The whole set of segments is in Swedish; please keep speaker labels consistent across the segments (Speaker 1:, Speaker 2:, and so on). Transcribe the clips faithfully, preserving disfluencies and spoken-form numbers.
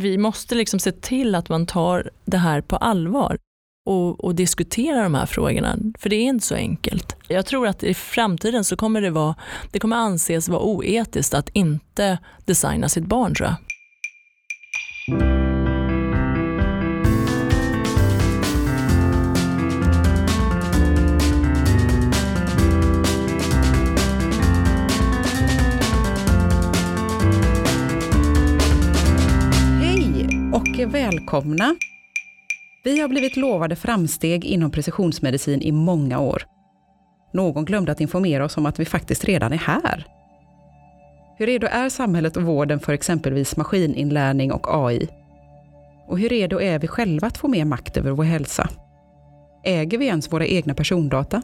Speaker 1: Vi måste liksom se till att man tar det här på allvar och, och diskuterar de här frågorna. För det är inte så enkelt. Jag tror att i framtiden så kommer det vara, det kommer anses vara oetiskt att inte designa sitt barn, tror jag.
Speaker 2: Och välkomna! Vi har blivit lovade framsteg inom precisionsmedicin i många år. Någon glömde att informera oss om att vi faktiskt redan är här. Hur redo är samhället och vården för exempelvis maskininlärning och A I? Och hur redo är vi själva att få mer makt över vår hälsa? Äger vi ens våra egna persondata?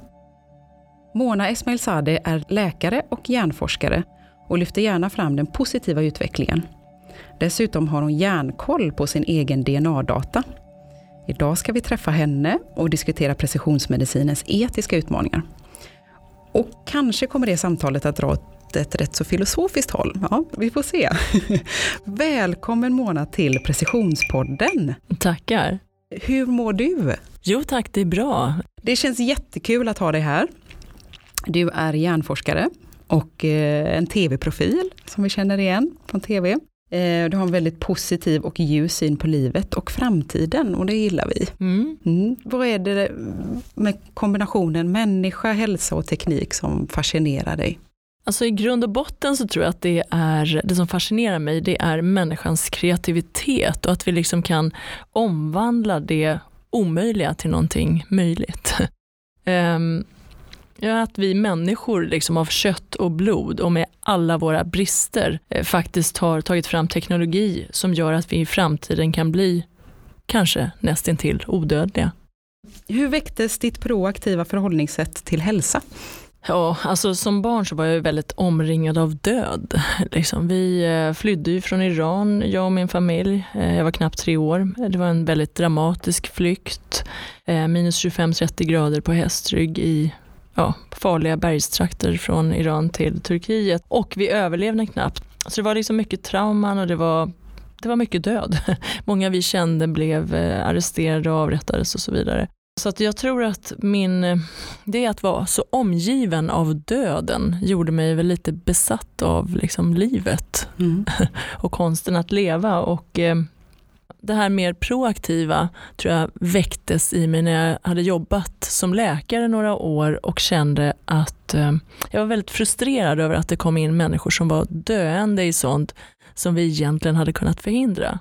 Speaker 2: Mona Esmailzadeh är läkare och hjärnforskare och lyfter gärna fram den positiva utvecklingen. Dessutom har hon järnkoll på sin egen D N A-data. Idag ska vi träffa henne och diskutera precisionsmedicinens etiska utmaningar. Och kanske kommer det samtalet att dra åt ett rätt så filosofiskt håll. Ja, vi får se. Välkommen Mona till Precisionspodden.
Speaker 1: Tackar.
Speaker 2: Hur mår du?
Speaker 1: Jo tack, det är bra.
Speaker 2: Det känns jättekul att ha dig här. Du är hjärnforskare och en tv-profil som vi känner igen från tv. Du har en väldigt positiv och ljus syn på livet och framtiden, och det gillar vi. Mm. Mm. Vad är det med kombinationen människa, hälsa och teknik som fascinerar dig?
Speaker 1: Alltså i grund och botten så tror jag att det är det som fascinerar mig, det är människans kreativitet och att vi liksom kan omvandla det omöjliga till någonting möjligt. um, Ja, att vi människor liksom av kött och blod och med alla våra brister eh, faktiskt har tagit fram teknologi som gör att vi i framtiden kan bli kanske nästintill odödliga.
Speaker 2: Hur väcktes ditt proaktiva förhållningssätt till hälsa?
Speaker 1: Ja, alltså som barn så var jag väldigt omringad av död. Liksom, vi eh, flydde ju från Iran, jag och min familj. Eh, jag var knappt tre år. Det var en väldigt dramatisk flykt. Eh, minus tjugofem till trettio grader på hästrygg i Ja, farliga bergstrakter från Iran till Turkiet. Och vi överlevde knappt. Så det var liksom mycket trauman och det var, det var mycket död. Många vi kände blev arresterade och avrättades och så vidare. Så att jag tror att min, det att vara så omgiven av döden gjorde mig väl lite besatt av liksom livet. Mm. Och konsten att leva. Och det här mer proaktiva tror jag väcktes i mig när jag hade jobbat som läkare några år och kände att eh, jag var väldigt frustrerad över att det kom in människor som var döende i sånt som vi egentligen hade kunnat förhindra.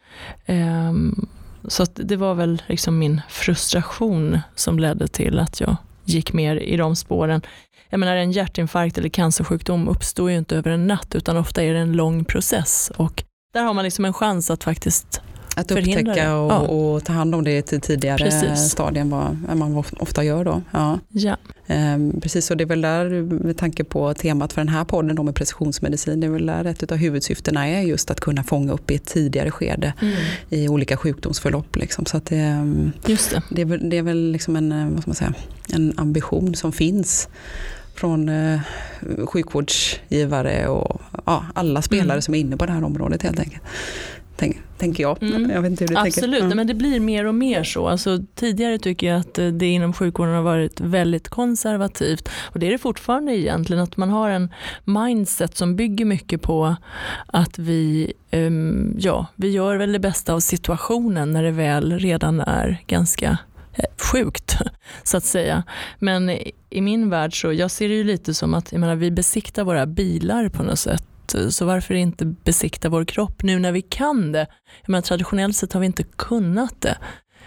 Speaker 1: Eh, så att det var väl liksom min frustration som ledde till att jag gick mer i de spåren. Jag menar, en hjärtinfarkt eller cancersjukdom uppstår ju inte över en natt utan ofta är det en lång process, och där har man liksom en chans att faktiskt
Speaker 2: Att upptäcka och, ja. och ta hand om det till tidigare Precis. stadien vad man ofta gör då. Ja.
Speaker 1: Ja.
Speaker 2: Ehm, precis, och det är väl där med tanke på temat för den här podden då med precisionsmedicin, det är väl där ett av huvudsyftena är just att kunna fånga upp i ett tidigare skede mm. i olika sjukdomsförlopp. Liksom. Så att det,
Speaker 1: just det.
Speaker 2: Det, är väl, det är väl liksom en, vad ska man säga, en ambition som finns från eh, sjukvårdsgivare och ja, alla spelare mm. som är inne på det här området helt enkelt. Tänk, tänker jag. Mm. jag vet inte hur du
Speaker 1: Absolut,
Speaker 2: tänker. Mm.
Speaker 1: men det blir mer och mer så. Alltså, tidigare tycker jag att det inom sjukvården har varit väldigt konservativt. Och det är det fortfarande egentligen, att man har en mindset som bygger mycket på att vi, um, ja, vi gör väl det bästa av situationen när det väl redan är ganska sjukt, så att säga. Men i min värld så, jag ser det ju lite som att jag menar, vi besiktar våra bilar på något sätt. Så varför inte besikta vår kropp nu när vi kan det? Jag menar, traditionellt sett har vi inte kunnat det.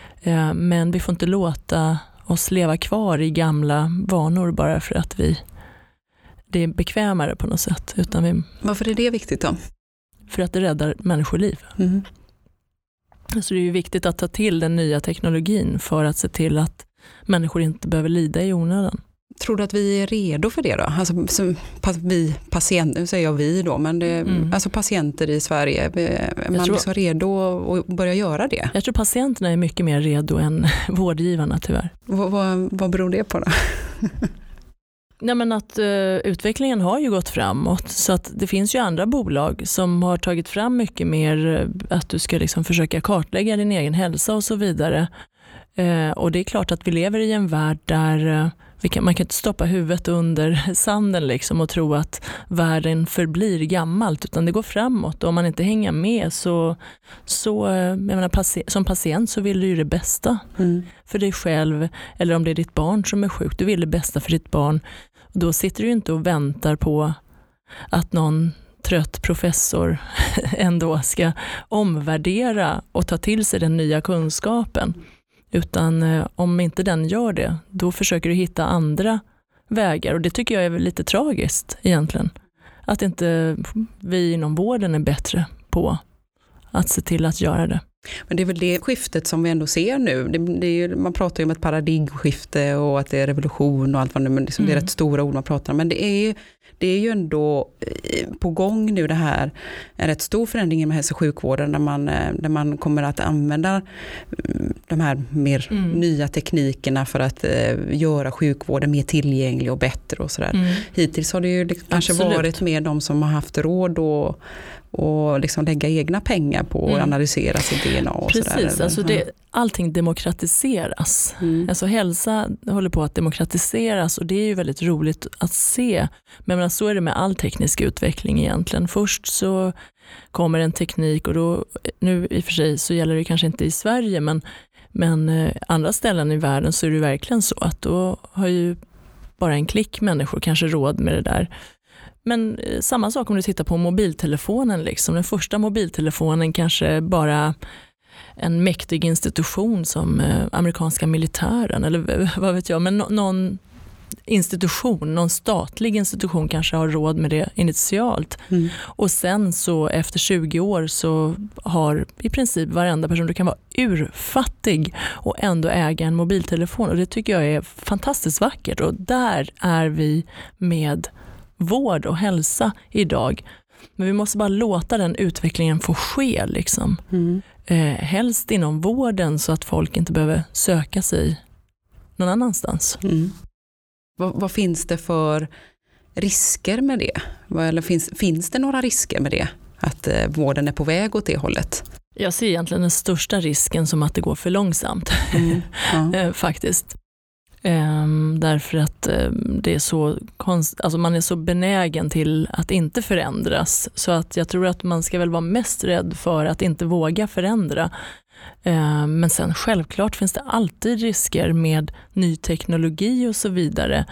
Speaker 1: Men vi får inte låta oss leva kvar i gamla vanor bara för att vi det är bekvämare på något sätt. Utan vi,
Speaker 2: varför är det viktigt då?
Speaker 1: För att det räddar människoliv. Mm. Så det är ju viktigt att ta till den nya teknologin för att se till att människor inte behöver lida i onödan.
Speaker 2: Tror du att vi är redo för det då? Alltså, som, vi patienter, nu säger jag vi då, men det, mm. alltså patienter i Sverige, är man tror, liksom redo att börja göra det?
Speaker 1: Jag tror patienterna är mycket mer redo än vårdgivarna tyvärr.
Speaker 2: V- vad, vad beror det på då?
Speaker 1: Nej, men att uh, utvecklingen har ju gått framåt, så att det finns ju andra bolag som har tagit fram mycket mer uh, att du ska liksom försöka kartlägga din egen hälsa och så vidare. Uh, och det är klart att vi lever i en värld där uh, vi kan, man kan inte stoppa huvudet under sanden liksom och tro att världen förblir gammalt, utan det går framåt, och om man inte hänger med så, så jag menar, paci- som patient så vill du ju det bästa mm. för dig själv, eller om det är ditt barn som är sjukt, du vill det bästa för ditt barn. Då sitter du inte och väntar på att någon trött professor ändå ska omvärdera och ta till sig den nya kunskapen. Utan eh, om inte den gör det, då försöker du hitta andra vägar. Och det tycker jag är lite tragiskt egentligen. Att inte vi inom vården är bättre på att se till att göra det.
Speaker 2: Men det är väl det skiftet som vi ändå ser nu. Det, det är ju, man pratar ju om ett paradigmskifte och att det är revolution och allt vad nu, men liksom mm. det är rätt stora ord man pratar om. Men det är ju, det är ju ändå på gång nu det här, en rätt stor förändring med hälso- och sjukvården där man, där man kommer att använda de här mer mm. nya teknikerna för att uh, göra sjukvården mer tillgänglig och bättre och sådär. Mm. Hittills har det ju liksom kanske varit mer de som har haft råd och och liksom lägga egna pengar på att mm. analysera sitt D N A och
Speaker 1: Precis,
Speaker 2: sådär.
Speaker 1: Precis, alltså det, allting demokratiseras. Mm. Alltså hälsa håller på att demokratiseras, och det är ju väldigt roligt att se. Men, men så är det med all teknisk utveckling egentligen. Först så kommer en teknik, och då, nu i och för sig så gäller det kanske inte i Sverige, men, men eh, andra ställen i världen så är det verkligen så att då har ju bara en klick människor kanske råd med det där. Men samma sak om du tittar på mobiltelefonen. Liksom. Den första mobiltelefonen kanske bara en mäktig institution som eh, amerikanska militären eller vad vet jag. Men no- någon institution, någon statlig institution kanske har råd med det initialt. Mm. Och sen så efter tjugo år så har i princip varenda person, du kan vara urfattig och ändå äga en mobiltelefon. Och det tycker jag är fantastiskt vackert. Och där är vi med vård och hälsa idag. Men vi måste bara låta den utvecklingen få ske liksom. Mm. Eh, helst inom vården så att folk inte behöver söka sig någon annanstans.
Speaker 2: Mm. Vad, vad finns det för risker med det? Eller finns, finns det några risker med det? Att eh, vården är på väg åt det hållet?
Speaker 1: Jag ser egentligen den största risken som att det går för långsamt. Mm. Ja. eh, faktiskt. Um, därför att um, det är så konst- alltså man är så benägen till att inte förändras, så att jag tror att man ska väl vara mest rädd för att inte våga förändra. Um, men sen självklart finns det alltid risker med ny teknologi och så vidare.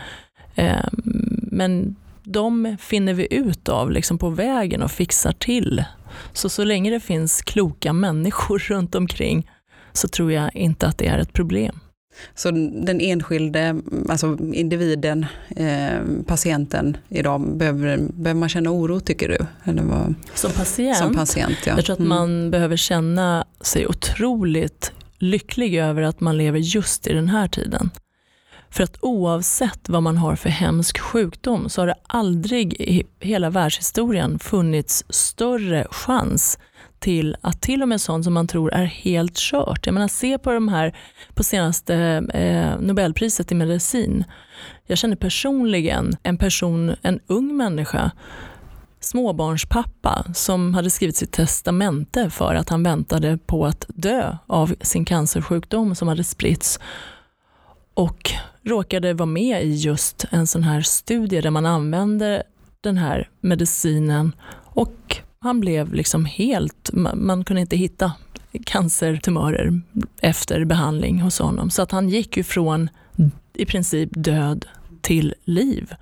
Speaker 1: Um, men de finner vi ut av liksom på vägen och fixar till. Så så länge det finns kloka människor runt omkring så tror jag inte att det är ett problem.
Speaker 2: Så den enskilde, alltså individen, eh, patienten idag, behöver, behöver man känna oro tycker du? Eller vad?
Speaker 1: Som patient?
Speaker 2: Som patient, ja.
Speaker 1: Jag tror att mm. man behöver känna sig otroligt lycklig över att man lever just i den här tiden. För att oavsett vad man har för hemsk sjukdom så har det aldrig i hela världshistorien funnits större chans till att till och med sånt som man tror är helt kört. Jag menar, se på de här på senaste eh, Nobelpriset i medicin. Jag känner personligen en person, en ung människa, småbarnspappa som hade skrivit sitt testamente för att han väntade på att dö av sin cancersjukdom som hade spritts, och råkade vara med i just en sån här studie där man använde den här medicinen, och han blev liksom helt, man kunde inte hitta cancertumörer efter behandling hos honom. Så att han gick ju från i princip död till liv.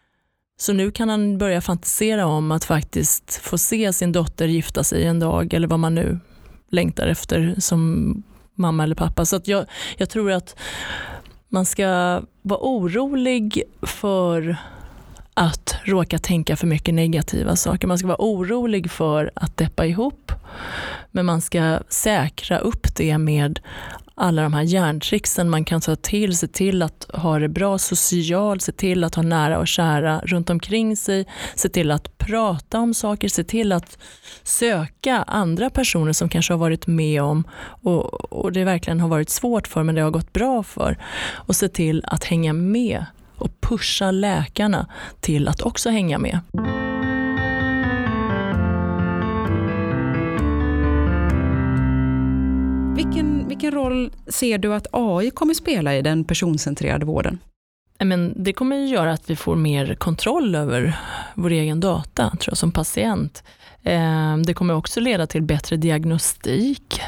Speaker 1: Så nu kan han börja fantisera om att faktiskt få se sin dotter gifta sig en dag, eller vad man nu längtar efter som mamma eller pappa. Så att jag, jag tror att man ska vara orolig för att råka tänka för mycket negativa saker. Man ska vara orolig för att deppa ihop. Men man ska säkra upp det med alla de här hjärntricksen man kan ta till. Se till att ha det bra socialt. Se till att ha nära och kära runt omkring sig. Se till att prata om saker. Se till att söka andra personer som kanske har varit med om och, och det verkligen har varit svårt för, men det har gått bra för. Och se till att hänga med och pusha läkarna till att också hänga med.
Speaker 2: Vilken, vilken roll ser du att A I kommer spela i den personcentrerade vården?
Speaker 1: Men det kommer ju göra att vi får mer kontroll över vår egen data, tror jag, som patient. Det kommer också leda till bättre diagnostik,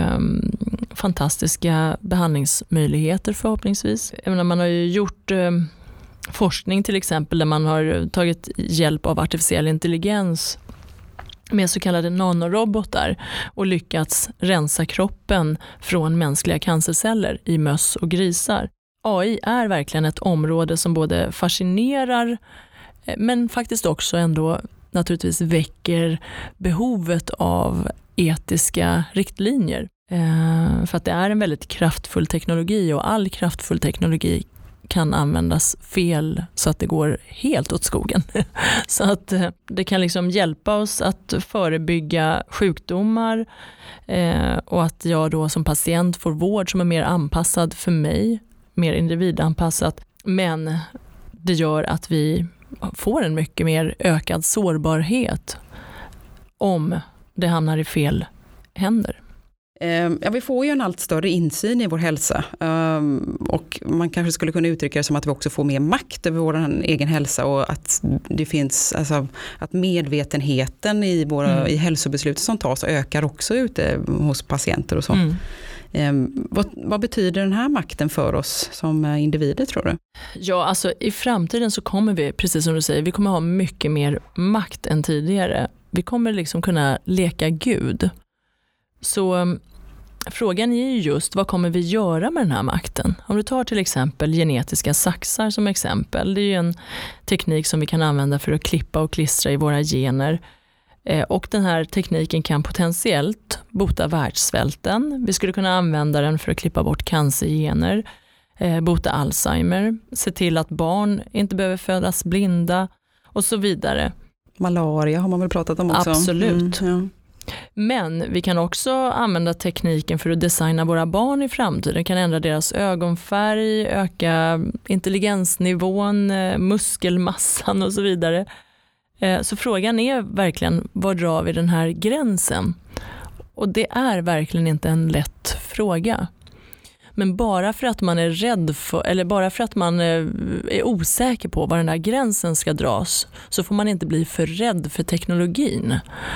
Speaker 1: fantastiska behandlingsmöjligheter förhoppningsvis. Jag menar, man har ju gjort forskning till exempel där man har tagit hjälp av artificiell intelligens med så kallade nanorobotar och lyckats rensa kroppen från mänskliga cancerceller i möss och grisar. A I är verkligen ett område som både fascinerar men faktiskt också ändå naturligtvis väcker behovet av etiska riktlinjer. Eh, för att det är en väldigt kraftfull teknologi och all kraftfull teknologi kan användas fel så att det går helt åt skogen. Så att eh, det kan liksom hjälpa oss att förebygga sjukdomar eh, och att jag då som patient får vård som är mer anpassad för mig, mer individanpassat. Men det gör att vi får en mycket mer ökad sårbarhet om det hamnar i fel händer.
Speaker 2: Ja, vi får ju en allt större insyn i vår hälsa och man kanske skulle kunna uttrycka det som att vi också får mer makt över vår egen hälsa och att det finns, alltså, att medvetenheten i, våra, mm. i hälsobeslut som tas ökar också ute hos patienter och så. Mm. Vad, vad betyder den här makten för oss som individer, tror du?
Speaker 1: Ja, alltså i framtiden så kommer vi, precis som du säger, vi kommer ha mycket mer makt än tidigare. Vi kommer liksom kunna leka Gud. Så frågan är ju just, vad kommer vi göra med den här makten? Om du tar till exempel genetiska saxar som exempel. Det är ju en teknik som vi kan använda för att klippa och klistra i våra gener. Och den här tekniken kan potentiellt bota världssvälten. Vi skulle kunna använda den för att klippa bort cancergener, bota Alzheimer, se till att barn inte behöver födas blinda och så vidare.
Speaker 2: Malaria har man väl pratat om också.
Speaker 1: Absolut.
Speaker 2: Mm, ja.
Speaker 1: Men vi kan också använda tekniken för att designa våra barn i framtiden. Kan ändra deras ögonfärg, öka intelligensnivån, muskelmassan och så vidare. Så frågan är verkligen, var drar vi den här gränsen? Och det är verkligen inte en lätt fråga. Men bara för att man är rädd för, eller bara för att man är osäker på var den här gränsen ska dras, så får man inte bli för rädd för teknologin.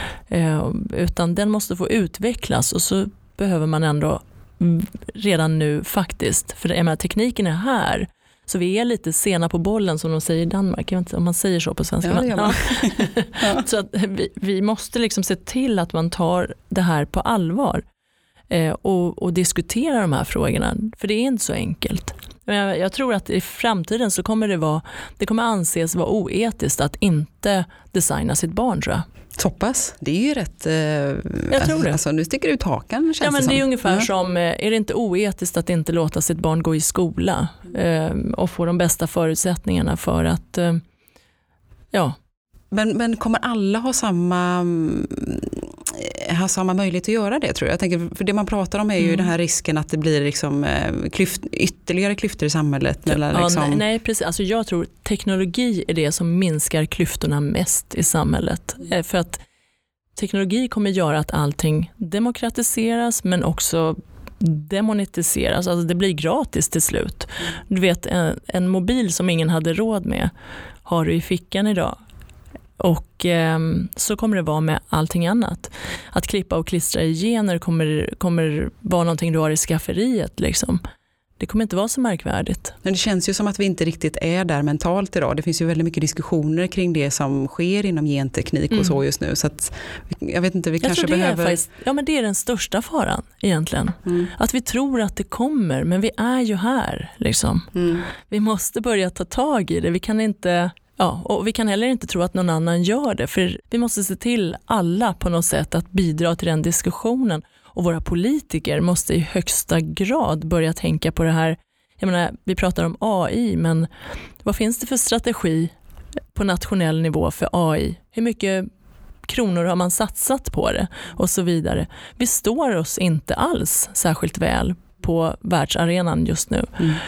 Speaker 1: Utan den måste få utvecklas, och så behöver man ändå redan nu faktiskt, för jag menar, tekniken är här. Så vi är lite sena på bollen, som de säger i Danmark. Jag vet inte om man säger så på svenska.
Speaker 2: Ja,
Speaker 1: ja. Så att vi, vi måste liksom se till att man tar det här på allvar. Eh, och, och diskutera de här frågorna. För det är inte så enkelt. Jag, jag tror att i framtiden så kommer det vara, det kommer anses vara oetiskt att inte designa sitt barn, tror jag.
Speaker 2: Toppas. Det är ju rätt... Eh,
Speaker 1: jag tror det.
Speaker 2: Alltså, nu sticker ut hakan, känns
Speaker 1: ja, men
Speaker 2: det som.
Speaker 1: Det är ungefär
Speaker 2: ja.
Speaker 1: som, är det inte oetiskt att inte låta sitt barn gå i skola eh, och få de bästa förutsättningarna för att... Eh, ja.
Speaker 2: Men, men kommer alla ha samma... ha samma möjlighet att göra det, tror jag. Jag tänker, för det man pratar om är ju mm. den här risken att det blir liksom, klyft, ytterligare klyftor i samhället. Eller
Speaker 1: ja,
Speaker 2: liksom...
Speaker 1: nej, nej, precis. Alltså jag tror teknologi är det som minskar klyftorna mest i samhället. Mm. För att teknologi kommer göra att allting demokratiseras, men också demonetiseras. Alltså det blir gratis till slut. Mm. Du vet, en, en mobil som ingen hade råd med har du i fickan idag. Och eh, så kommer det vara med allting annat. Att klippa och klistra i gener kommer, kommer vara någonting du har i skafferiet. Liksom. Det kommer inte vara så märkvärdigt.
Speaker 2: Men det känns ju som att vi inte riktigt är där mentalt idag. Det finns ju väldigt mycket diskussioner kring det som sker inom genteknik och mm. så just nu. Så att, jag vet inte, vi
Speaker 1: jag
Speaker 2: kanske
Speaker 1: tror det
Speaker 2: behöver...
Speaker 1: Är faktiskt, ja, men det är den största faran egentligen. Mm. Att vi tror att det kommer, men vi är ju här. Liksom. Mm. Vi måste börja ta tag i det. Vi kan inte... Ja, och vi kan heller inte tro att någon annan gör det, för vi måste se till alla på något sätt att bidra till den diskussionen, och våra politiker måste i högsta grad börja tänka på det här. Jag menar, vi pratar om A I, men vad finns det för strategi på nationell nivå för A I? Hur mycket kronor har man satsat på det och så vidare? Vi står oss inte alls särskilt väl på världsarenan just nu. Mm.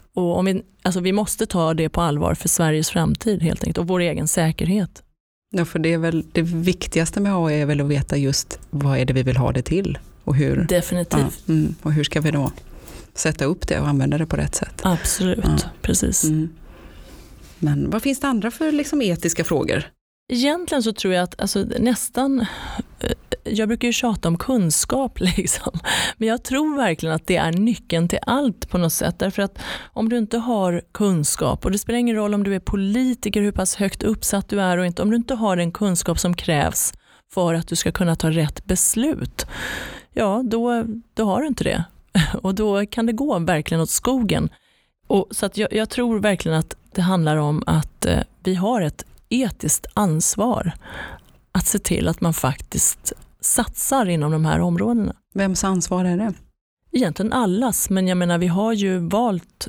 Speaker 1: Och om vi, alltså vi måste ta det på allvar för Sveriges framtid helt enkelt och vår egen säkerhet.
Speaker 2: Ja, för det är väl det viktigaste med A I är väl att veta just vad är det vi vill ha det till och hur.
Speaker 1: Definitivt.
Speaker 2: Ja, mm, och hur ska vi då sätta upp det och använda det på rätt sätt.
Speaker 1: Absolut, ja. Precis. Mm.
Speaker 2: Men vad finns det andra för liksom etiska frågor?
Speaker 1: Egentligen så tror jag att alltså, nästan, jag brukar ju tjata om kunskap liksom, men jag tror verkligen att det är nyckeln till allt på något sätt, därför att om du inte har kunskap, och det spelar ingen roll om du är politiker, hur pass högt uppsatt du är och inte, om du inte har den kunskap som krävs för att du ska kunna ta rätt beslut, ja då, då har du inte det. Och då kan det gå verkligen åt skogen. Och så att jag, jag tror verkligen att det handlar om att eh, vi har ett etiskt ansvar att se till att man faktiskt satsar inom de här områdena.
Speaker 2: Vems ansvar är det?
Speaker 1: Egentligen allas, men jag menar vi har ju valt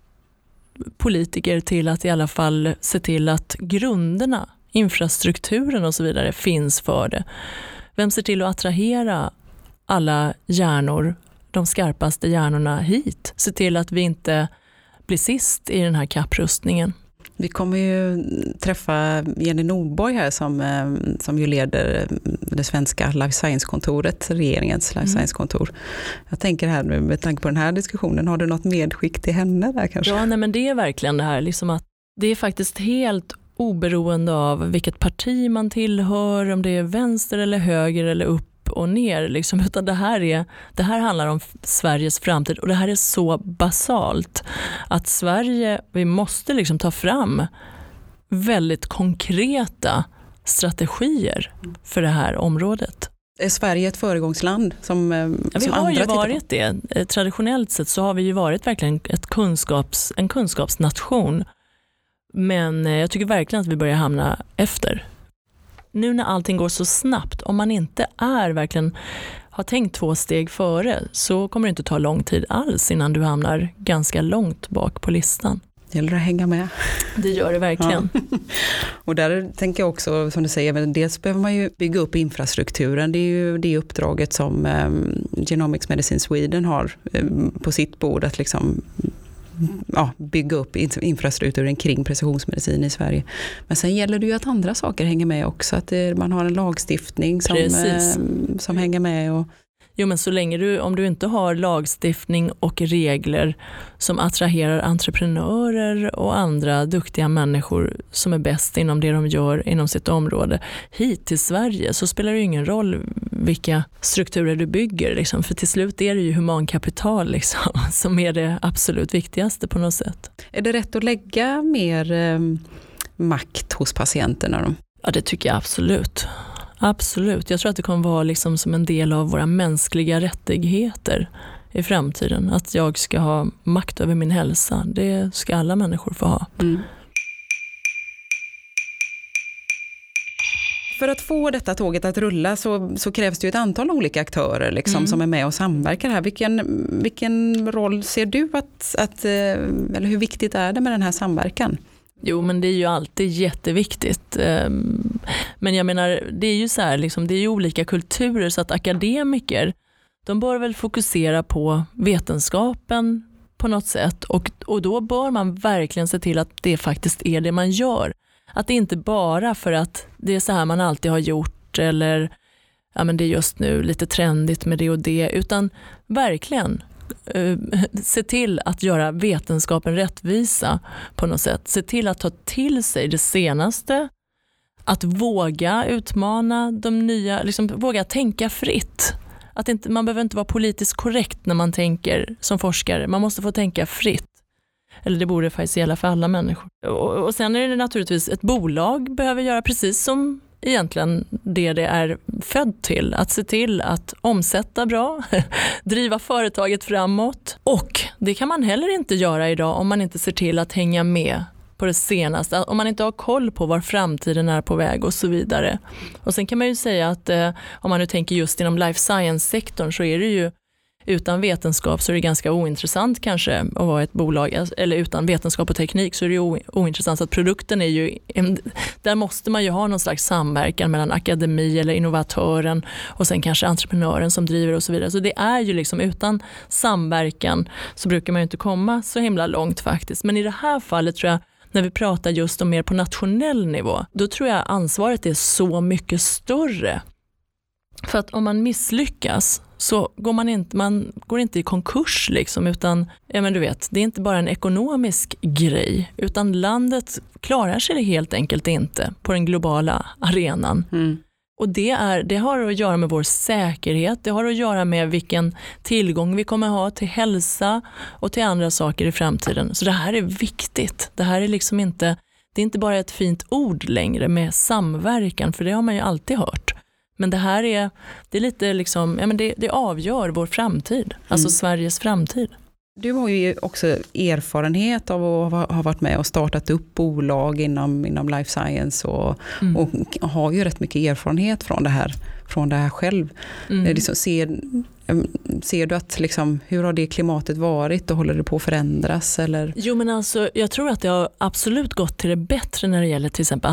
Speaker 1: politiker till att i alla fall se till att grunderna, infrastrukturen och så vidare finns för det. Vem ser till att attrahera alla hjärnor, de skarpaste hjärnorna hit? Se till att vi inte blir sist i den här kapprustningen.
Speaker 2: Vi kommer ju träffa Jenny Nordborg här som, som ju leder det svenska Life Science-kontoret, regeringens Life Science-kontor. Jag tänker här nu med tanke på den här diskussionen, har du något medskick till henne där kanske?
Speaker 1: Ja, nej, men det är verkligen det här liksom att det är faktiskt helt oberoende av vilket parti man tillhör, om det är vänster eller höger eller upp och ner liksom, utan det här, är, det här handlar om Sveriges framtid och det här är så basalt att Sverige, vi måste liksom ta fram väldigt konkreta strategier för det här området.
Speaker 2: Är Sverige ett föregångsland som,
Speaker 1: ja, vi
Speaker 2: som
Speaker 1: har
Speaker 2: andra
Speaker 1: ju varit det. Traditionellt sett så har vi ju varit verkligen ett kunskaps, en kunskapsnation, men jag tycker verkligen att vi börjar hamna efter. Nu när allting går så snabbt, om man inte är verkligen har tänkt två steg före, så kommer det inte ta lång tid alls innan du hamnar ganska långt bak på listan.
Speaker 2: Det gäller att hänga med.
Speaker 1: Det gör det verkligen. Ja.
Speaker 2: Och där tänker jag också, som du säger, dels behöver man ju bygga upp infrastrukturen. Det är ju det uppdraget som um, Genomics Medicine Sweden har um, på sitt bord, att liksom ja, bygga upp infrastrukturen kring precisionsmedicin i Sverige. Men sen gäller det ju att andra saker hänger med också. Att det, man har en lagstiftning som, eh, som hänger med. Och
Speaker 1: jo, men så länge du, om du inte har lagstiftning och regler som attraherar entreprenörer och andra duktiga människor som är bäst inom det de gör inom sitt område hit till Sverige, så spelar det ju ingen roll vilka strukturer du bygger liksom, för till slut är det ju humankapital liksom, som är det absolut viktigaste på något sätt.
Speaker 2: Är det rätt att lägga mer eh, makt hos patienterna då?
Speaker 1: Ja, det tycker jag absolut. Absolut. Jag tror att det kommer vara liksom som en del av våra mänskliga rättigheter i framtiden. Att jag ska ha makt över min hälsa. Det ska alla människor få ha. Mm.
Speaker 2: För att få detta tåget att rulla så, så krävs det ju ett antal olika aktörer liksom, mm. som är med och samverkar här. Vilken, vilken roll ser du att, att, eller hur viktigt är det med den här samverkan?
Speaker 1: Jo, men det är ju alltid jätteviktigt. Men jag menar, det är ju så här, liksom, det är ju olika kulturer, så att akademiker, de bör väl fokusera på vetenskapen på något sätt. Och, och då bör man verkligen se till att det faktiskt är det man gör. Att det inte bara för att det är så här man alltid har gjort, eller ja, men det är just nu lite trendigt med det och det, utan verkligen se till att göra vetenskapen rättvisa på något sätt. Se till att ta till sig det senaste, att våga utmana de nya, liksom våga tänka fritt. Att inte, man behöver inte vara politiskt korrekt när man tänker som forskare. Man måste få tänka fritt. Eller det borde faktiskt gälla för alla människor. Och, och sen är det naturligtvis, ett bolag behöver göra precis som egentligen det det är född till. Att se till att omsätta bra, driva företaget framåt. Och det kan man heller inte göra idag om man inte ser till att hänga med på det senaste. Om man inte har koll på var framtiden är på väg och så vidare. Och sen kan man ju säga att eh, om man nu tänker just inom life science-sektorn, så är det ju utan vetenskap så är det ganska ointressant kanske att vara ett bolag, eller utan vetenskap och teknik så är det o, ointressant. Så att produkten är ju, där måste man ju ha någon slags samverkan mellan akademi eller innovatören och sen kanske entreprenören som driver och så vidare. Så det är ju liksom utan samverkan så brukar man ju inte komma så himla långt faktiskt. Men i det här fallet tror jag, när vi pratar just om mer på nationell nivå, då tror jag ansvaret är så mycket större. För att om man misslyckas så går man inte, man går inte i konkurs liksom, utan ja, men du vet, det är inte bara en ekonomisk grej, utan landet klarar sig det helt enkelt inte på den globala arenan. Mm. Och det, är, det har att göra med vår säkerhet, det har att göra med vilken tillgång vi kommer ha till hälsa och till andra saker i framtiden. Så det här är viktigt. Det här är liksom inte, det är inte bara ett fint ord längre med samverkan, för det har man ju alltid hört. Men det här är, det är lite liksom, ja men det, det avgör vår framtid, alltså mm. Sveriges framtid.
Speaker 2: Du har ju också erfarenhet av att ha varit med och startat upp bolag inom, inom life science och, mm. och har ju rätt mycket erfarenhet från det här, från det här själv. Mm. Liksom, ser, ser du att liksom, hur har det klimatet varit och håller det på att förändras? Eller?
Speaker 1: Jo men alltså, jag tror att det har absolut gått till det bättre när det gäller till exempel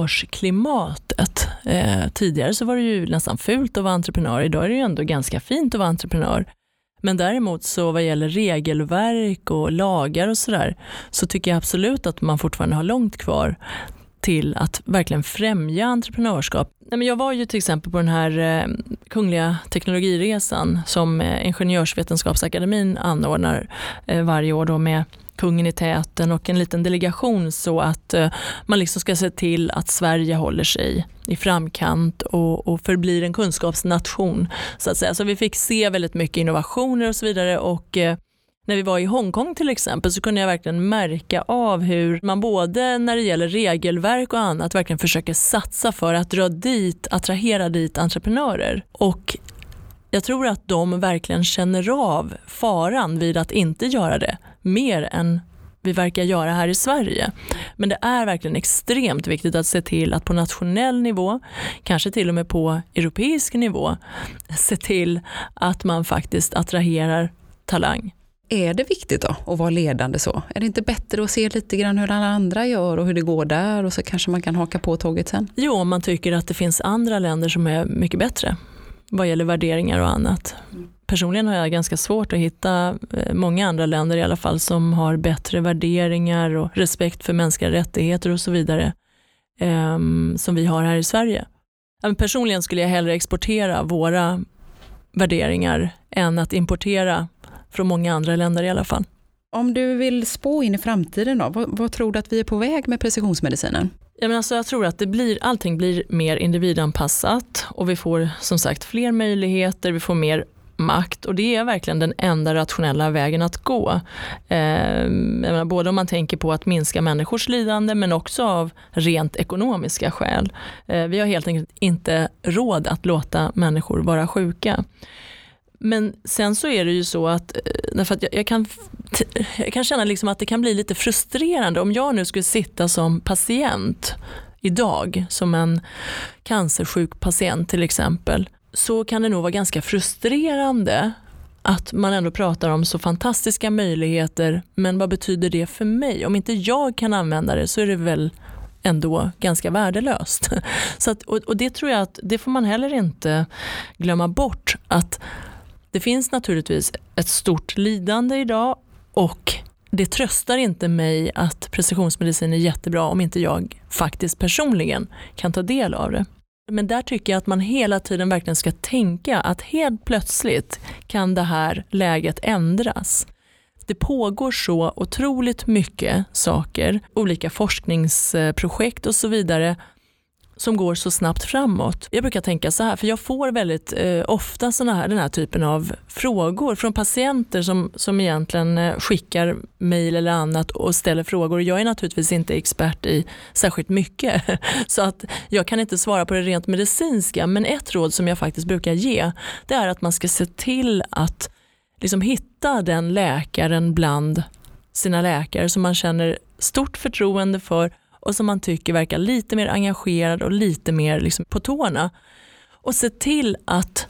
Speaker 1: entreprenörsklimatet. Eh, tidigare så var det ju nästan fult att vara entreprenör, idag är det ju ändå ganska fint att vara entreprenör. Men däremot så vad gäller regelverk och lagar och sådär så tycker jag absolut att man fortfarande har långt kvar till att verkligen främja entreprenörskap. Nej, men jag var ju till exempel på den här eh, Kungliga teknologiresan som eh, Ingenjörsvetenskapsakademin anordnar eh, varje år då med kungen i täten och en liten delegation så att eh, man liksom ska se till att Sverige håller sig i framkant och, och förblir en kunskapsnation så att säga. Så vi fick se väldigt mycket innovationer och så vidare och eh, när vi var i Hongkong till exempel så kunde jag verkligen märka av hur man både när det gäller regelverk och annat verkligen försöker satsa för att dra dit, attrahera dit entreprenörer. Och jag tror att de verkligen känner av faran vid att inte göra det mer än vi verkar göra här i Sverige. Men det är verkligen extremt viktigt att se till att på nationell nivå, kanske till och med på europeisk nivå, se till att man faktiskt attraherar talang.
Speaker 2: Är det viktigt då att vara ledande så? Är det inte bättre att se lite grann hur alla andra gör och hur det går där och så kanske man kan haka på tåget sen?
Speaker 1: Jo, om man tycker att det finns andra länder som är mycket bättre vad gäller värderingar och annat. Personligen har jag ganska svårt att hitta många andra länder i alla fall som har bättre värderingar och respekt för mänskliga rättigheter och så vidare eh, som vi har här i Sverige. Men personligen skulle jag hellre exportera våra värderingar än att importera från många andra länder i alla fall.
Speaker 2: Om du vill spå in i framtiden då, vad, vad tror du att vi är på väg med precisionsmedicinen?
Speaker 1: Ja, men alltså jag tror att det blir, allting blir mer individanpassat och vi får som sagt fler möjligheter, vi får mer makt och det är verkligen den enda rationella vägen att gå. Eh, jag menar, både om man tänker på att minska människors lidande men också av rent ekonomiska skäl. Eh, vi har helt enkelt inte råd att låta människor vara sjuka. Men sen så är det ju så att, därför att jag, jag, kan, jag kan känna liksom att det kan bli lite frustrerande om jag nu skulle sitta som patient idag, som en cancersjuk patient till exempel, så kan det nog vara ganska frustrerande att man ändå pratar om så fantastiska möjligheter, men vad betyder det för mig? Om inte jag kan använda det så är det väl ändå ganska värdelöst. Så att, och, och det tror jag att det får man heller inte glömma bort, att det finns naturligtvis ett stort lidande idag och det tröstar inte mig att precisionsmedicin är jättebra om inte jag faktiskt personligen kan ta del av det. Men där tycker jag att man hela tiden verkligen ska tänka att helt plötsligt kan det här läget ändras. Det pågår så otroligt mycket saker, olika forskningsprojekt och så vidare som går så snabbt framåt. Jag brukar tänka så här, för jag får väldigt eh, ofta såna här, den här typen av frågor från patienter som, som egentligen eh, skickar mejl eller annat och ställer frågor. Jag är naturligtvis inte expert i särskilt mycket så att jag kan inte svara på det rent medicinska, men ett råd som jag faktiskt brukar ge, det är att man ska se till att liksom hitta den läkaren bland sina läkare som man känner stort förtroende för och som man tycker verkar lite mer engagerad och lite mer liksom på tårna. Och se till att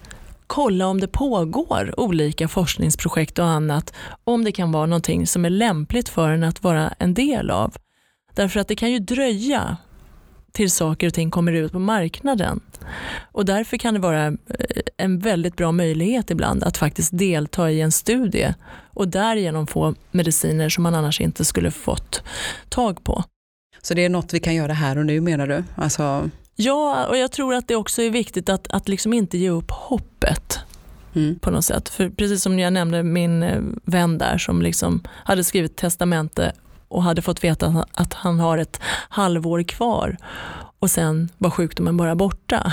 Speaker 1: kolla om det pågår olika forskningsprojekt och annat, om det kan vara någonting som är lämpligt för en att vara en del av. Därför att det kan ju dröja till saker och ting kommer ut på marknaden. Och därför kan det vara en väldigt bra möjlighet ibland att faktiskt delta i en studie och därigenom få mediciner som man annars inte skulle fått tag på.
Speaker 2: Så det är något vi kan göra här och nu, menar du? Alltså...
Speaker 1: Ja, och jag tror att det också är viktigt att, att liksom inte ge upp hoppet mm. på något sätt. För precis som jag nämnde min vän där som liksom hade skrivit testamente och hade fått veta att han har ett halvår kvar och sen var sjukdomen bara borta.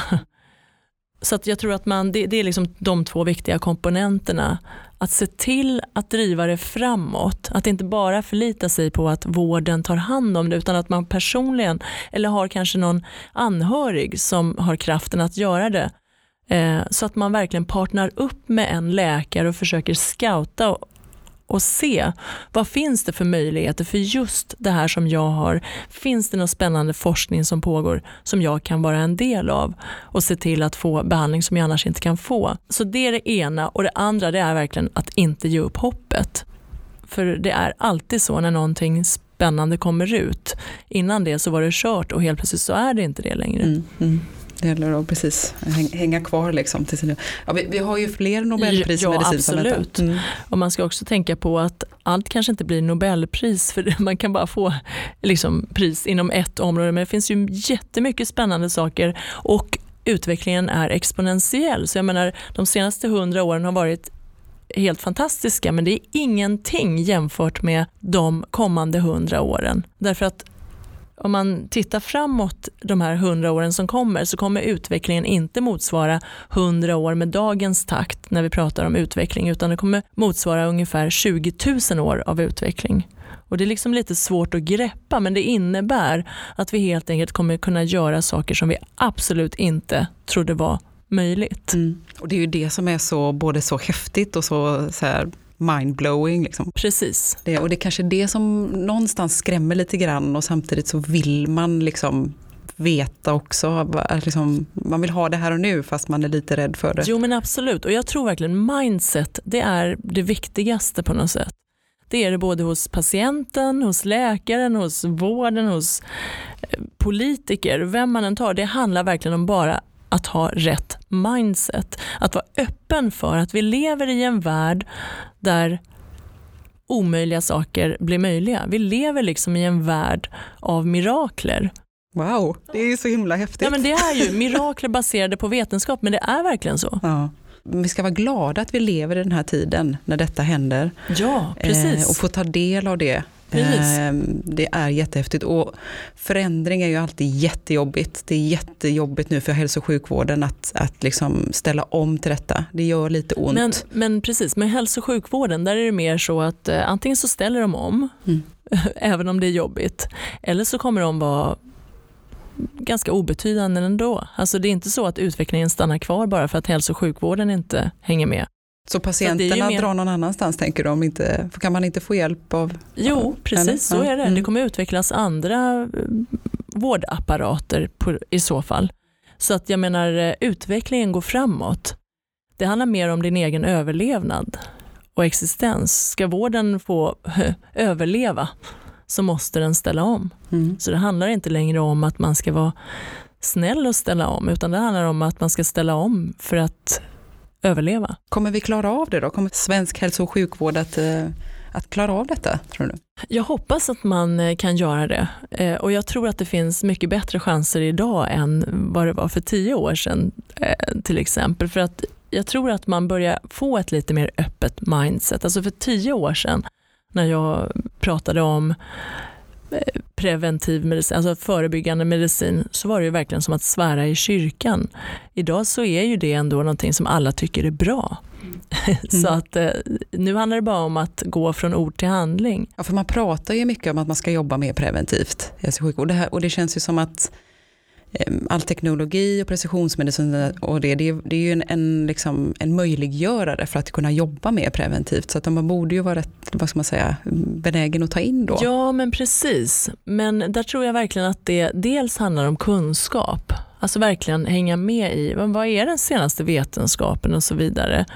Speaker 1: Så att jag tror att man, det, det är liksom de två viktiga komponenterna. Att se till att driva det framåt. Att inte bara förlita sig på att vården tar hand om det, utan att man personligen eller har kanske någon anhörig som har kraften att göra det. Eh, så att man verkligen partner upp med en läkare och försöker scouta och och se vad finns det för möjligheter för just det här som jag har. Finns det någon spännande forskning som pågår som jag kan vara en del av och se till att få behandling som jag annars inte kan få. Så det är det ena, och det andra det är verkligen att inte ge upp hoppet. För det är alltid så när någonting spännande kommer ut. Innan det så var det kört och helt plötsligt så är det inte det längre.
Speaker 2: Mm, mm. Det gäller att precis hänga kvar liksom till sin... Ja, vi, vi har ju fler Nobelpris i
Speaker 1: ja,
Speaker 2: medicin.
Speaker 1: Absolut. Mm. Och man ska också tänka på att allt kanske inte blir Nobelpris, för man kan bara få liksom, pris inom ett område. Men det finns ju jättemycket spännande saker och utvecklingen är exponentiell. Så jag menar, de senaste hundra åren har varit helt fantastiska, men det är ingenting jämfört med de kommande hundra åren. Därför att om man tittar framåt de här hundra åren som kommer, så kommer utvecklingen inte motsvara hundra år med dagens takt när vi pratar om utveckling, utan det kommer motsvara ungefär tjugo tusen år av utveckling. Och det är liksom lite svårt att greppa, men det innebär att vi helt enkelt kommer kunna göra saker som vi absolut inte trodde var möjligt.
Speaker 2: Mm. Och det är ju det som är så både så häftigt och så, så här mindblowing liksom.
Speaker 1: Precis.
Speaker 2: Det, och det är kanske det som någonstans skrämmer lite grann, och samtidigt så vill man liksom veta också, liksom, man vill ha det här och nu fast man är lite rädd för det.
Speaker 1: Jo, men absolut, och jag tror verkligen mindset, det är det viktigaste på något sätt. Det är det både hos patienten, hos läkaren, hos vården, hos politiker, vem man än tar. Det handlar verkligen om bara att ha rätt mindset. Att vara öppen för att vi lever i en värld där omöjliga saker blir möjliga. Vi lever liksom i en värld av mirakler.
Speaker 2: Wow, det är ju så himla häftigt.
Speaker 1: Ja, men det är ju mirakler baserade på vetenskap, men det är verkligen så.
Speaker 2: Ja. Vi ska vara glada att vi lever i den här tiden när detta händer.
Speaker 1: Ja, precis.
Speaker 2: Eh, och få ta del av det. Eh, det är jättehäftigt. Och förändring är ju alltid jättejobbigt. Det är jättejobbigt nu för hälso- och sjukvården att, att liksom ställa om till detta. Det gör lite ont.
Speaker 1: Men, men precis, med hälso- och sjukvården där är det mer så att eh, antingen så ställer de om, mm. även om det är jobbigt. Eller så kommer de vara ganska obetydande ändå. Alltså det är inte så att utvecklingen stannar kvar bara för att hälso- och sjukvården inte hänger med.
Speaker 2: Så patienterna så mer... drar någon annanstans, tänker de inte? Kan man inte få hjälp av...
Speaker 1: Jo, precis eller? Så är det. Mm. Det kommer utvecklas andra vårdapparater på, i så fall. Så att jag menar, utvecklingen går framåt. Det handlar mer om din egen överlevnad och existens. Ska vården få överleva så måste den ställa om. Mm. Så det handlar inte längre om att man ska vara snäll och ställa om, utan det handlar om att man ska ställa om för att överleva.
Speaker 2: Kommer vi klara av det då? Kommer svensk hälso- och sjukvård att, att klara av detta, tror du?
Speaker 1: Jag hoppas att man kan göra det. Och jag tror att det finns mycket bättre chanser idag än vad det var för tio år sedan till exempel. För att jag tror att man börjar få ett lite mer öppet mindset. Alltså för tio år sedan när jag pratade om preventiv medicin, alltså förebyggande medicin, så var det ju verkligen som att svära i kyrkan. Idag så är ju det ändå någonting som alla tycker är bra. Mm. Så att nu handlar det bara om att gå från ord till handling.
Speaker 2: Ja, för man pratar ju mycket om att man ska jobba mer preventivt. Och det, här, och det känns ju som att all teknologi och precisionsmedicin och det, det, det är ju en, en, liksom, en möjliggörare för att kunna jobba mer preventivt. Så att man borde ju vara rätt, vad ska man säga, benägen att ta in då.
Speaker 1: Ja, men precis. Men där tror jag verkligen att det dels handlar om kunskap. Alltså verkligen hänga med i vad är den senaste vetenskapen och så vidare.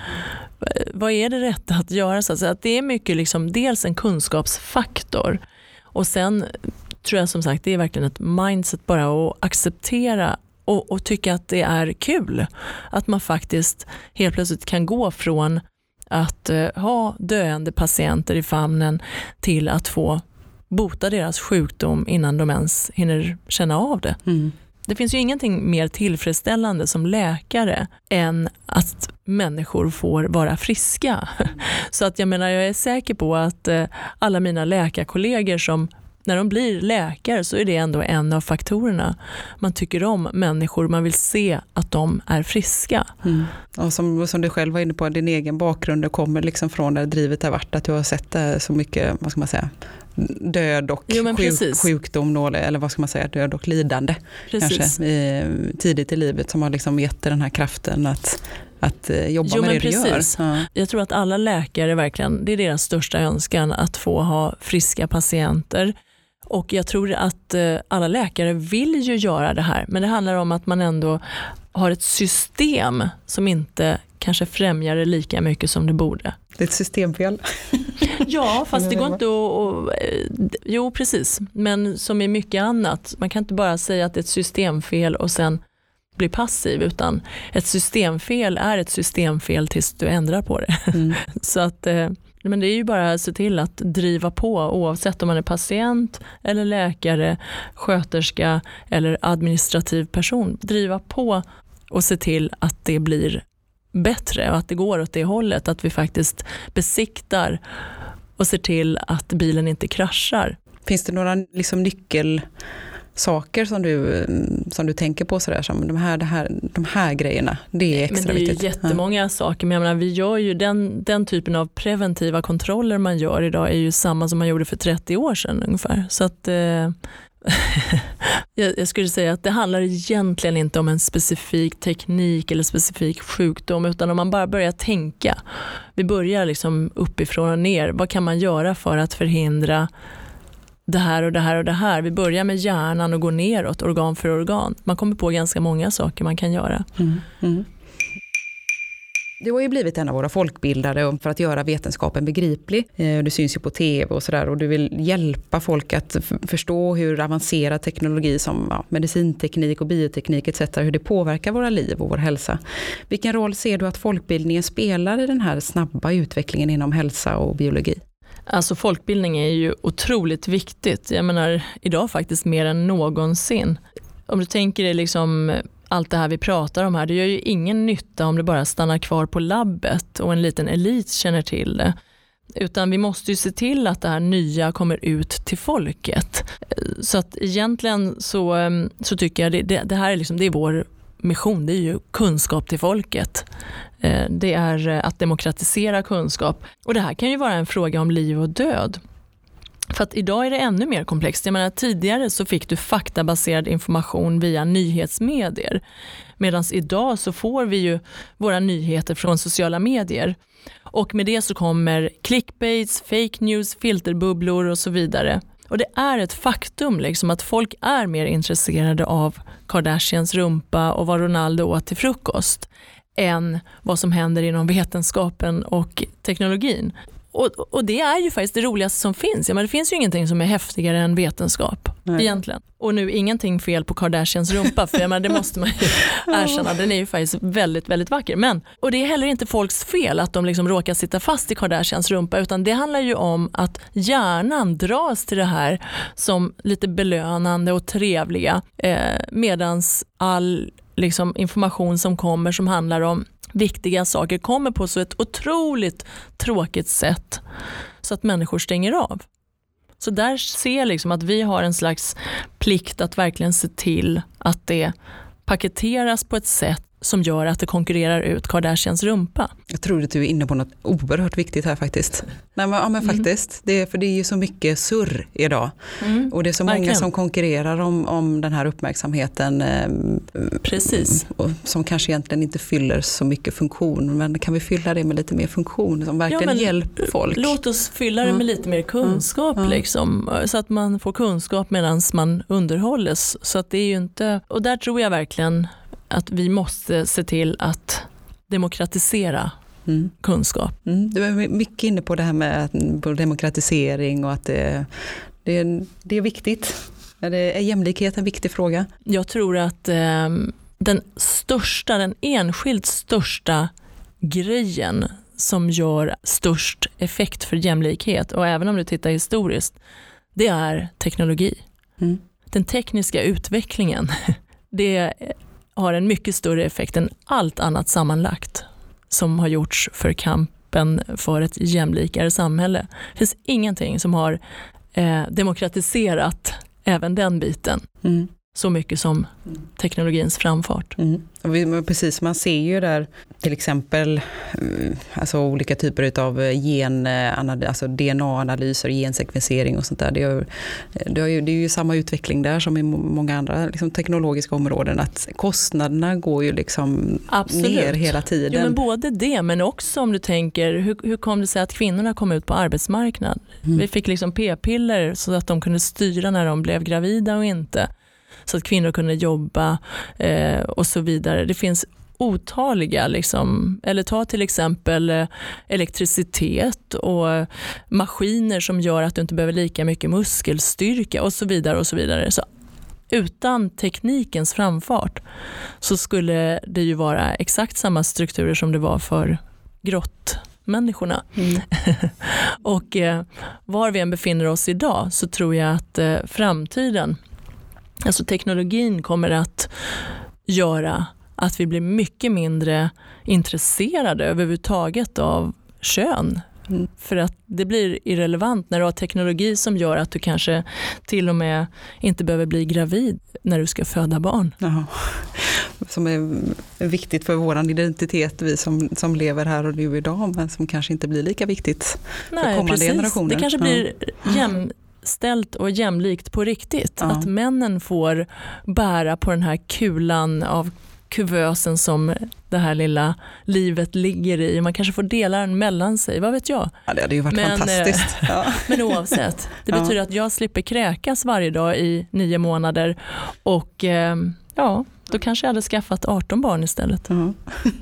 Speaker 1: Vad är det rätta att göra? Så att det är mycket liksom dels en kunskapsfaktor och sen tror jag som sagt det är verkligen ett mindset bara att acceptera och, och tycka att det är kul. Att man faktiskt helt plötsligt kan gå från att uh, ha döende patienter i famnen till att få bota deras sjukdom innan de ens hinner känna av det. Mm. Det finns ju ingenting mer tillfredsställande som läkare än att människor får vara friska. Så att jag menar, jag är säker på att uh, alla mina läkarkollegor som när de blir läkare så är det ändå en av faktorerna. Man tycker om människor, man vill se att de är friska.
Speaker 2: Mm. Och som, som du själv var inne på, din egen bakgrund kommer liksom från där drivet har varit att du har sett det så mycket, vad ska man säga, död och
Speaker 1: jo,
Speaker 2: sjuk, sjukdom eller vad ska man säga, död och lidande kanske, i, tidigt i livet som har liksom gett den här kraften att att jobba jo, med det
Speaker 1: precis.
Speaker 2: du gör. Ja.
Speaker 1: Jag tror att alla läkare verkligen, det är deras största önskan att få ha friska patienter. Och jag tror att alla läkare vill ju göra det här. Men det handlar om att man ändå har ett system som inte kanske främjar det lika mycket som det borde.
Speaker 2: Det är ett systemfel.
Speaker 1: Ja, fast det går inte att... att jo, precis. Men som i mycket annat. Man kan inte bara säga att det är ett systemfel och sen bli passiv, utan ett systemfel är ett systemfel tills du ändrar på det. Mm. Så att, men det är ju bara att se till att driva på oavsett om man är patient eller läkare, sköterska eller administrativ person. Driva på och se till att det blir bättre och att det går åt det hållet, att vi faktiskt besiktar och ser till att bilen inte kraschar.
Speaker 2: Finns det några liksom nyckel saker som du, som du tänker på sådär som de här, det här, de här grejerna, det är extra viktigt.
Speaker 1: Men det är ju
Speaker 2: viktigt.
Speaker 1: jättemånga ja. saker, men jag menar, vi gör ju den, den typen av preventiva kontroller man gör idag är ju samma som man gjorde för trettio år sedan ungefär. Så att eh, jag, jag skulle säga att det handlar egentligen inte om en specifik teknik eller specifik sjukdom, utan om man bara börjar tänka. Vi börjar liksom uppifrån och ner. Vad kan man göra för att förhindra det här och det här och det här? Vi börjar med hjärnan och går neråt, organ för organ. Man kommer på ganska många saker man kan göra. Mm. Mm.
Speaker 2: Du har ju blivit en av våra folkbildare för att göra vetenskapen begriplig. Du syns ju på tv och sådär och du vill hjälpa folk att f- förstå hur avancerad teknologi som ja, medicinteknik och bioteknik et cetera hur det påverkar våra liv och vår hälsa. Vilken roll ser du att folkbildningen spelar i den här snabba utvecklingen inom hälsa och biologi?
Speaker 1: Alltså folkbildning är ju otroligt viktigt. Jag menar idag faktiskt mer än någonsin. Om du tänker dig liksom allt det här vi pratar om här, det gör ju ingen nytta om det bara stannar kvar på labbet och en liten elit känner till det. Utan vi måste ju se till att det här nya kommer ut till folket. Så att egentligen så, så tycker jag det, det, det här är liksom, det är vår mission, det är ju kunskap till folket. Det är att demokratisera kunskap. Och det här kan ju vara en fråga om liv och död. För att idag är det ännu mer komplext. Jag menar, tidigare så fick du faktabaserad information via nyhetsmedier. Medan idag så får vi ju våra nyheter från sociala medier. Och med det så kommer clickbaits, fake news, filterbubblor och så vidare. Och det är ett faktum liksom att folk är mer intresserade av Kardashians rumpa och vad Ronaldo åt till frukost än vad som händer inom vetenskapen och teknologin. Och, och det är ju faktiskt det roligaste som finns. Ja, men det finns ju ingenting som är häftigare än vetenskap. Nej. Egentligen. Och nu ingenting fel på Kardashians rumpa, för jag menar, det måste man ju erkänna. Den är ju faktiskt väldigt, väldigt vacker. Men, och det är heller inte folks fel att de liksom råkar sitta fast i Kardashians rumpa, utan det handlar ju om att hjärnan dras till det här som lite belönande och trevliga, eh, medans all liksom, information som kommer som handlar om viktiga saker kommer på så ett otroligt tråkigt sätt så att människor stänger av. Så där ser jag liksom att vi har en slags plikt att verkligen se till att det paketeras på ett sätt som gör att det konkurrerar ut Kardashians rumpa.
Speaker 2: Jag tror att du är inne på något oerhört viktigt här faktiskt. Nej, men, ja, men faktiskt. Mm. Det är, för det är ju så mycket surr idag. Mm. Och det är så Verkligen. många som konkurrerar om, om den här uppmärksamheten. Eh,
Speaker 1: Precis.
Speaker 2: Och, som kanske egentligen inte fyller så mycket funktion. Men kan vi fylla det med lite mer funktion som verkligen ja, men, hjälper folk?
Speaker 1: Låt oss fylla det med lite mer kunskap. Mm. Liksom, så att man får kunskap medan man underhålles. Så att det är ju inte... Och där tror jag verkligen att vi måste se till att demokratisera mm. kunskap.
Speaker 2: Mm. Du är mycket inne på det här med demokratisering och att det, det, det är viktigt. Är, det, är jämlikhet en viktig fråga?
Speaker 1: Jag tror att eh, den största, den enskilt största grejen som gör störst effekt för jämlikhet, och även om du tittar historiskt, det är teknologi. Mm. Den tekniska utvecklingen, det har en mycket större effekt än allt annat sammanlagt som har gjorts för kampen för ett jämlikare samhälle. Det finns ingenting som har eh, demokratiserat även den biten mm. så mycket som teknologins framfart.
Speaker 2: Mm. Och vi, precis, man ser ju där till exempel alltså olika typer av gen, alltså D N A-analyser, gensekvensering och sånt där. Det är, det är, ju, det är ju samma utveckling där som i många andra liksom, teknologiska områden, att kostnaderna går ju liksom
Speaker 1: Absolut.
Speaker 2: ner hela tiden.
Speaker 1: Jo, men både det, men också om du tänker, hur, hur kom det sig att kvinnorna kom ut på arbetsmarknaden? Mm. Vi fick liksom p-piller så att de kunde styra när de blev gravida och inte. Så att kvinnor kunde jobba eh, och så vidare. Det finns otaliga, liksom, eller ta till exempel eh, elektricitet och maskiner som gör att du inte behöver lika mycket muskelstyrka och så vidare och så vidare. Så utan teknikens framfart så skulle det ju vara exakt samma strukturer som det var för grottmänniskorna. Mm. Och eh, var vi än befinner oss idag så tror jag att eh, framtiden, alltså teknologin, kommer att göra att vi blir mycket mindre intresserade överhuvudtaget av kön. Mm. För att det blir irrelevant när du har teknologi som gör att du kanske till och med inte behöver bli gravid när du ska föda barn.
Speaker 2: Jaha. Som är viktigt för vår identitet, vi som, som lever här och nu idag, men som kanske inte blir lika viktigt
Speaker 1: Nej,
Speaker 2: för kommande
Speaker 1: precis.
Speaker 2: generationer.
Speaker 1: Det kanske blir ja. jämn ställt och jämlikt på riktigt. Ja. Att männen får bära på den här kulan av kuvösen som det här lilla livet ligger i. Man kanske får dela den mellan sig, vad vet jag.
Speaker 2: Ja, det hade ju varit men, fantastiskt. Ja.
Speaker 1: Men oavsett, det betyder ja. att jag slipper kräkas varje dag i nio månader och eh, ja, då kanske jag hade skaffat arton barn istället. Ja.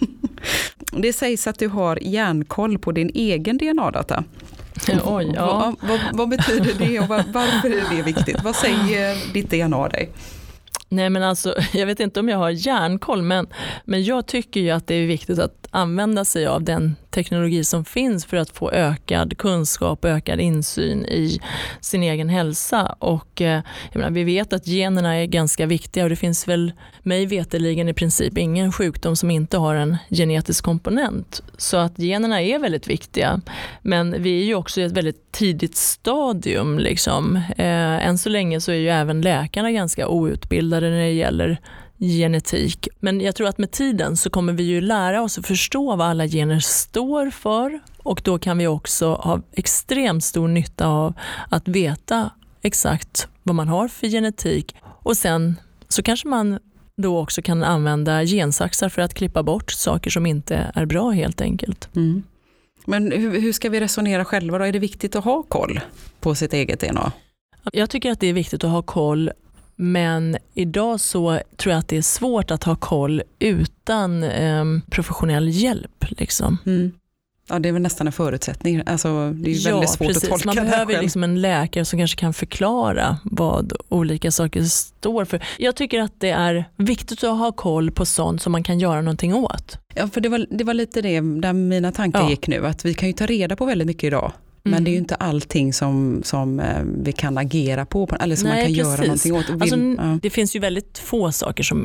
Speaker 2: Det sägs att du har järnkoll på din egen D N A-data.
Speaker 1: Oj, ja.
Speaker 2: vad, vad, vad betyder det och var, varför är det viktigt? Vad säger ditt D N A dig?
Speaker 1: Nej, men alltså, jag vet inte om jag har järnkoll, men, men jag tycker ju att det är viktigt att använda sig av den teknologi som finns för att få ökad kunskap och ökad insyn i sin egen hälsa. Och eh, jag menar, vi vet att generna är ganska viktiga och det finns väl mig veterligen i princip ingen sjukdom som inte har en genetisk komponent. Så att generna är väldigt viktiga. Men vi är ju också i ett väldigt tidigt stadium. Liksom. Eh, än så länge så är ju även läkarna ganska outbildade när det gäller genetik. Men jag tror att med tiden så kommer vi ju lära oss att förstå vad alla gener står för, och då kan vi också ha extremt stor nytta av att veta exakt vad man har för genetik, och sen så kanske man då också kan använda gensaxar för att klippa bort saker som inte är bra helt enkelt. Mm.
Speaker 2: Men hur, hur ska vi resonera själva då? Är det viktigt att ha koll på sitt eget D N A?
Speaker 1: Jag tycker att det är viktigt att ha koll. Men idag så tror jag att det är svårt att ha koll utan eh, professionell hjälp. Liksom. Mm.
Speaker 2: Ja, det är väl nästan en förutsättning. Alltså, det är ju ja, väldigt svårt
Speaker 1: precis.
Speaker 2: att tolka.
Speaker 1: Man
Speaker 2: det
Speaker 1: behöver
Speaker 2: själv.
Speaker 1: Liksom en läkare som kanske kan förklara vad olika saker står för. Jag tycker att det är viktigt att ha koll på sånt som man kan göra någonting åt.
Speaker 2: Ja, för det var, det var lite det där mina tankar ja. gick nu. Att vi kan ju ta reda på väldigt mycket idag. Men mm. det är ju inte allting som, som eh, vi kan agera på, eller som Nej, man kan precis. göra någonting åt. Vill,
Speaker 1: alltså,
Speaker 2: ja.
Speaker 1: Det finns ju väldigt få saker som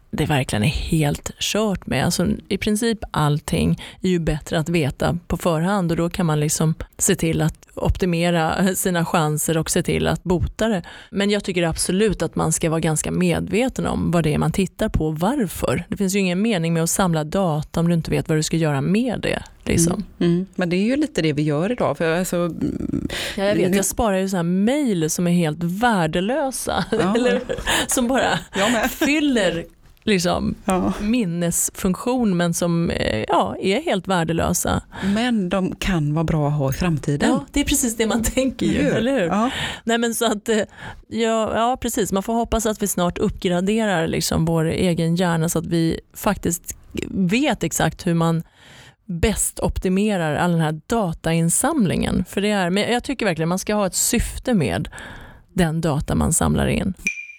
Speaker 1: det verkligen är helt kört med. Alltså, i princip allting är ju bättre att veta på förhand och då kan man liksom se till att optimera sina chanser och se till att bota det. Men jag tycker absolut att man ska vara ganska medveten om vad det är man tittar på och varför. Det finns ju ingen mening med att samla data om du inte vet vad du ska göra med det. Liksom.
Speaker 2: Mm, mm. Men det är ju lite det vi gör idag. För alltså,
Speaker 1: ja, jag vet, jag sparar ju så här mejl som är helt värdelösa.
Speaker 2: Ja.
Speaker 1: Eller, som bara fyller liksom, ja. minnesfunktion men som ja, är helt värdelösa.
Speaker 2: Men de kan vara bra att ha i framtiden.
Speaker 1: Ja, det är precis det man tänker ju, hur? eller hur? Ja. Nej, men så att, ja, ja, precis. Man får hoppas att vi snart uppgraderar liksom vår egen hjärna så att vi faktiskt vet exakt hur man bäst optimerar all den här datainsamlingen. För det är, men jag tycker verkligen man ska ha ett syfte med den data man samlar in.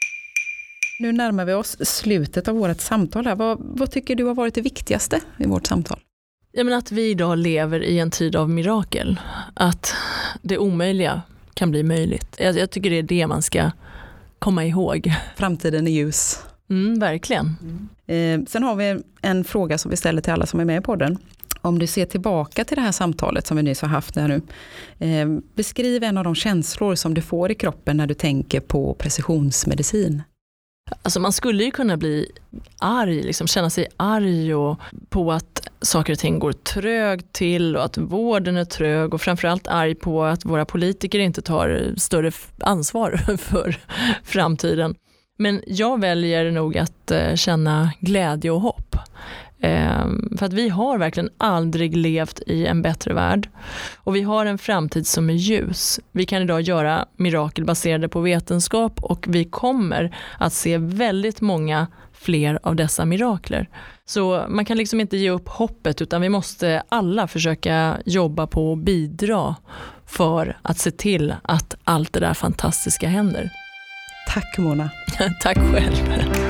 Speaker 2: Nu närmar vi oss slutet av vårt samtal här. Vad, vad tycker du har varit det viktigaste i vårt samtal?
Speaker 1: Jag menar att vi idag lever i en tid av mirakel. Att det omöjliga kan bli möjligt. Jag, jag tycker det är det man ska komma ihåg.
Speaker 2: Framtiden är ljus.
Speaker 1: Mm, verkligen.
Speaker 2: Mm. Eh, sen har vi en fråga som vi ställer till alla som är med i podden. Om du ser tillbaka till det här samtalet som vi nyss har haft här nu. Eh, beskriv en av de känslor som du får i kroppen när du tänker på precisionsmedicin.
Speaker 1: Alltså man skulle ju kunna bli arg, liksom känna sig arg och på att saker och ting går trögt till och att vården är trög och framförallt arg på att våra politiker inte tar större ansvar för framtiden. Men jag väljer nog att känna glädje och hopp. För att vi har verkligen aldrig levt i en bättre värld och vi har en framtid som är ljus. Vi kan idag göra mirakel baserade på vetenskap och vi kommer att se väldigt många fler av dessa mirakler. Så man kan liksom inte ge upp hoppet utan vi måste alla försöka jobba på och bidra för att se till att allt det där fantastiska händer.
Speaker 2: Tack Mona.
Speaker 1: Tack själv.